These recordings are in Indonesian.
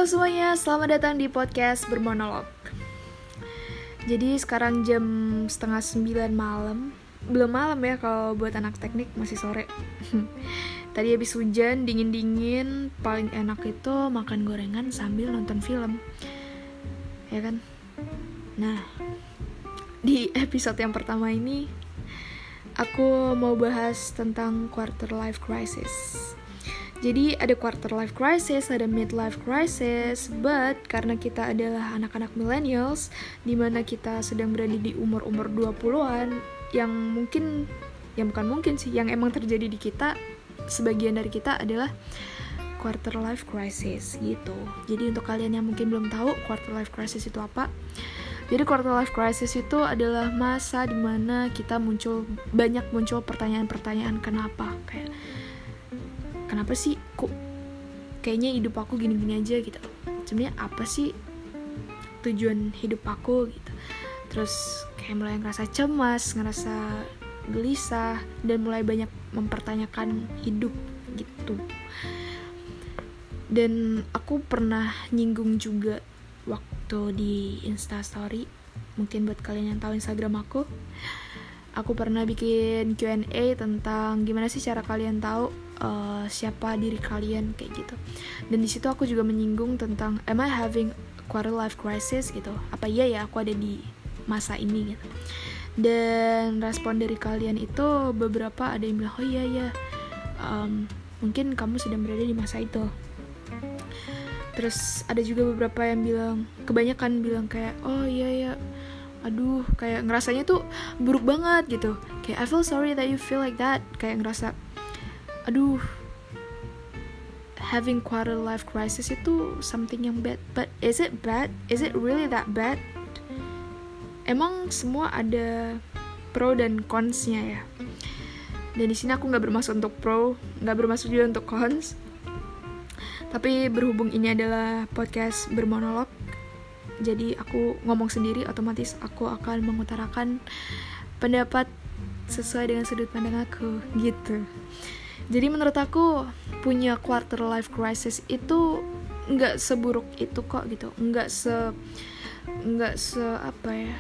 Halo semuanya, selamat datang di podcast Bermonolog. Jadi sekarang jam 8:30 malam. Belum malam ya kalau buat anak teknik, masih sore. Tadi habis hujan, dingin-dingin. Paling enak itu makan gorengan sambil nonton film, ya kan? Nah, di episode yang pertama ini aku mau bahas tentang quarter life crisis. Jadi ada quarter life crisis, ada midlife crisis, but karena kita adalah anak-anak millennials, di mana kita sedang berada di umur-umur 20-an, yang mungkin, yang bukan mungkin sih, yang emang terjadi di kita, sebagian dari kita adalah quarter life crisis gitu. Jadi untuk kalian yang mungkin belum tahu quarter life crisis itu apa, jadi quarter life crisis itu adalah masa di mana kita banyak muncul pertanyaan-pertanyaan kenapa, kayak kenapa sih kok kayaknya hidup aku gini-gini aja gitu. Sebenarnya apa sih tujuan hidup aku gitu. Terus kayak mulai ngerasa cemas, ngerasa gelisah, dan mulai banyak mempertanyakan hidup gitu. Dan aku pernah nyinggung juga waktu di Instastory, mungkin buat kalian yang tahu Instagram aku pernah bikin Q&A tentang gimana sih cara kalian tahu siapa diri kalian kayak gitu. Dan di situ aku juga menyinggung tentang am I having quarter life crisis gitu. Apa iya ya aku ada di masa ini gitu. Dan respon dari kalian itu beberapa ada yang bilang oh iya ya, mungkin kamu sedang berada di masa itu. Terus ada juga beberapa yang bilang, kebanyakan bilang kayak oh iya ya, aduh kayak ngerasanya tuh buruk banget gitu. Kayak I feel sorry that you feel like that. Kayak ngerasa aduh, having quarter life crisis itu something yang bad. But is it bad? Is it really that bad? Emang semua ada pro dan cons-nya ya. Dan di sini aku nggak bermaksud untuk pro, nggak bermaksud juga untuk cons. Tapi berhubung ini adalah podcast bermonolog, jadi aku ngomong sendiri, otomatis aku akan mengutarakan pendapat sesuai dengan sudut pandang aku gitu. Jadi menurut aku punya quarter life crisis itu nggak seburuk itu kok gitu, nggak se apa ya,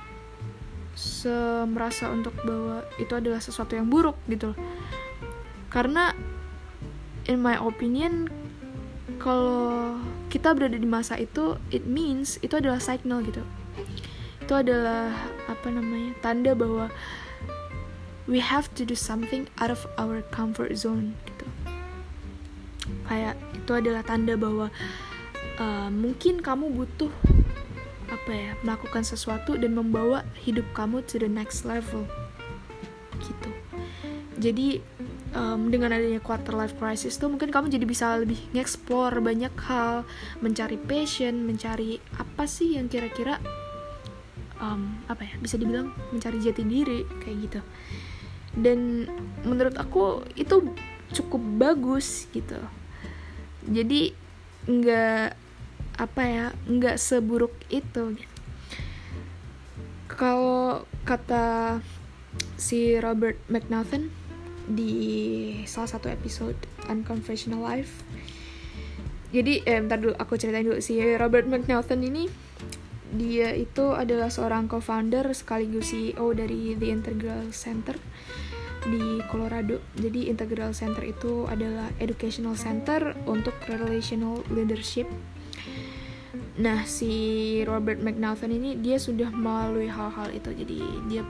merasa untuk bahwa itu adalah sesuatu yang buruk gitu. Karena in my opinion, kalau kita berada di masa itu, it means itu adalah signal gitu. Itu adalah tanda bahwa we have to do something out of our comfort zone gitu. Kayak itu adalah tanda bahwa mungkin kamu butuh melakukan sesuatu dan membawa hidup kamu to the next level gitu. Jadi dengan adanya quarter life crisis tuh mungkin kamu jadi bisa lebih nge-explore banyak hal, mencari passion, mencari apa sih yang kira-kira bisa dibilang mencari jati diri kayak gitu. Dan menurut aku itu cukup bagus gitu. Jadi nggak seburuk itu gitu. Kalau kata si Robert McNaughton di salah satu episode Unconventional Life, jadi aku ceritain dulu. Si Robert McNaughton ini, dia itu adalah seorang co-founder sekaligus CEO dari The Integral Center di Colorado. Jadi Integral Center itu adalah educational center untuk relational leadership. Nah, si Robert McNaughton ini dia sudah melalui hal-hal itu. Jadi dia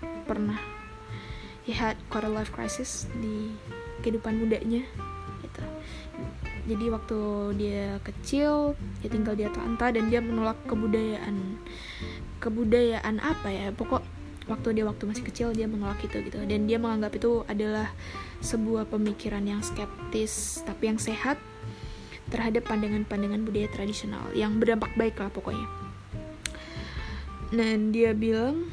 he had quarter life crisis di kehidupan mudanya gitu. Jadi waktu dia kecil, dia tinggal di Atlanta dan dia menolak kebudayaan waktu masih kecil dia menolak itu gitu. Dan dia menganggap itu adalah sebuah pemikiran yang skeptis tapi yang sehat terhadap pandangan-pandangan budaya tradisional yang berdampak baik lah pokoknya. Dan dia bilang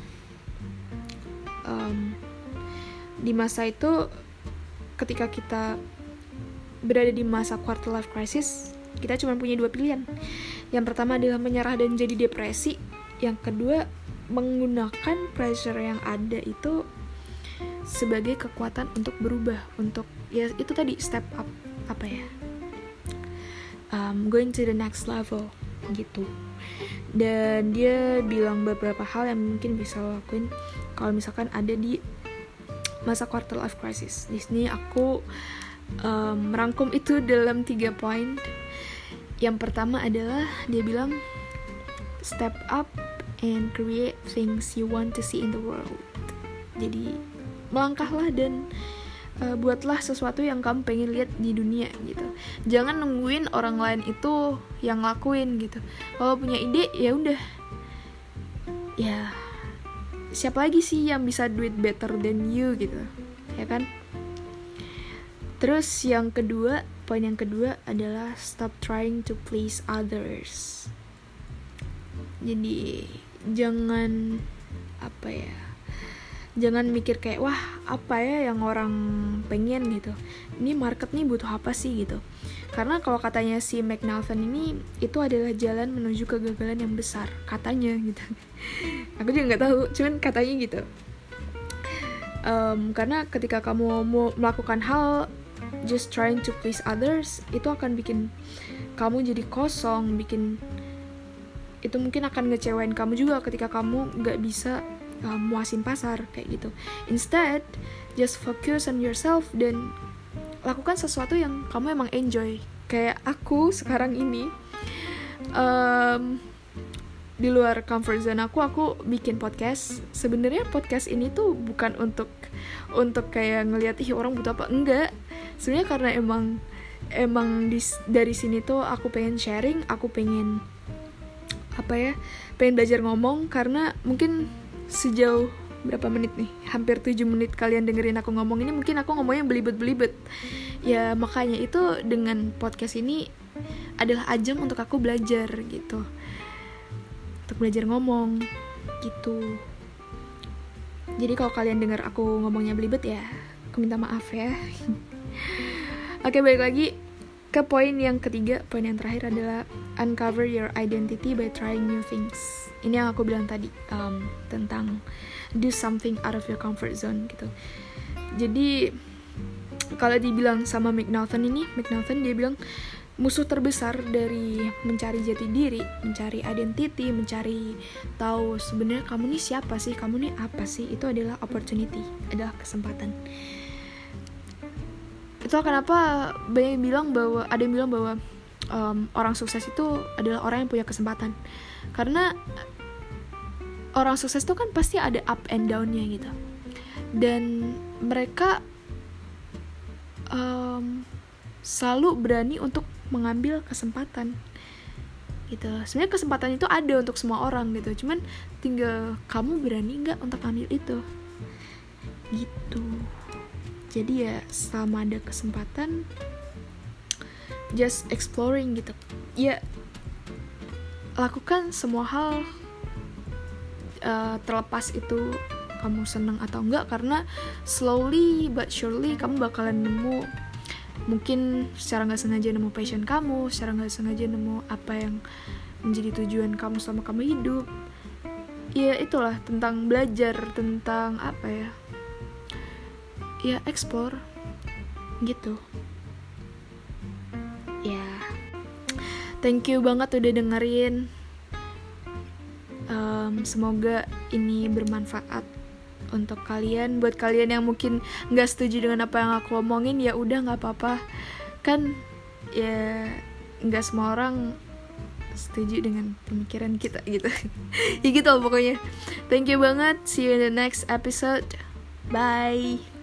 di masa itu, ketika kita berada di masa quarter life crisis, kita cuma punya 2 pilihan. Yang pertama adalah menyerah dan jadi depresi. Yang kedua, menggunakan pressure yang ada itu sebagai kekuatan untuk berubah, untuk ya itu tadi step up going to the next level gitu. Dan dia bilang beberapa hal yang mungkin bisa lo lakuin kalau misalkan ada di masa quarter life crisis. Di sini aku merangkum itu dalam 3 poin. Yang pertama adalah dia bilang step up and create things you want to see in the world. Jadi melangkahlah dan buatlah sesuatu yang kamu pengen lihat di dunia gitu. Jangan nungguin orang lain itu yang lakuin gitu. Kalau punya ide ya udah. Ya siapa lagi sih yang bisa do it better than you gitu. Ya kan? Terus poin yang kedua adalah stop trying to please others. Jadi jangan jangan mikir kayak wah apa ya yang orang pengen gitu, ini market nih butuh apa sih gitu. Karena kalau katanya si McNaughton ini itu adalah jalan menuju kegagalan yang besar katanya gitu. Aku juga nggak tahu, cuman katanya gitu. Karena ketika kamu mau melakukan hal just trying to please others, itu akan bikin kamu jadi kosong, itu mungkin akan ngecewain kamu juga ketika kamu nggak bisa muasin pasar kayak gitu. Instead, just focus on yourself dan lakukan sesuatu yang kamu emang enjoy. Kayak aku sekarang ini di luar comfort zone aku bikin podcast. Sebenarnya podcast ini tuh bukan untuk kayak ngelihat orang butuh apa, enggak. Sebenarnya karena emang dari sini tuh aku pengen sharing, aku pengen pengen belajar ngomong. Karena mungkin sejauh berapa menit nih, hampir 7 menit kalian dengerin aku ngomong ini, mungkin aku ngomongnya belibet ya. Makanya itu dengan podcast ini adalah ajang untuk aku belajar gitu, untuk belajar ngomong gitu. Jadi kalau kalian dengar aku ngomongnya belibet ya aku minta maaf ya. Oke, balik lagi ke poin yang ketiga. Poin yang terakhir adalah uncover your identity by trying new things. Ini yang aku bilang tadi, tentang do something out of your comfort zone gitu. Jadi kalau dibilang sama McNaughton dia bilang musuh terbesar dari mencari jati diri, mencari identity, mencari tahu sebenarnya kamu nih siapa sih, kamu nih apa sih, itu adalah opportunity, adalah kesempatan. Itu kenapa ada yang bilang bahwa orang sukses itu adalah orang yang punya kesempatan. Karena orang sukses itu kan pasti ada up and down-nya gitu. Dan mereka selalu berani untuk mengambil kesempatan gitu. Sebenarnya kesempatan itu ada untuk semua orang gitu. Cuman tinggal kamu berani nggak untuk ambil itu gitu. Jadi ya selama ada kesempatan just exploring gitu. Ya lakukan semua hal, terlepas itu kamu seneng atau enggak, karena slowly but surely kamu bakalan nemu, mungkin secara gak sengaja nemu passion kamu, secara gak sengaja nemu apa yang menjadi tujuan kamu selama kamu hidup. Ya itulah, tentang belajar, tentang ya explore gitu. Ya thank you banget udah dengerin. Semoga ini bermanfaat untuk kalian. Buat kalian yang mungkin nggak setuju dengan apa yang aku omongin, ya udah nggak apa-apa. Kan ya nggak semua orang setuju dengan pemikiran kita gitu. Ya gitu loh pokoknya. Thank you banget. See you in the next episode. Bye.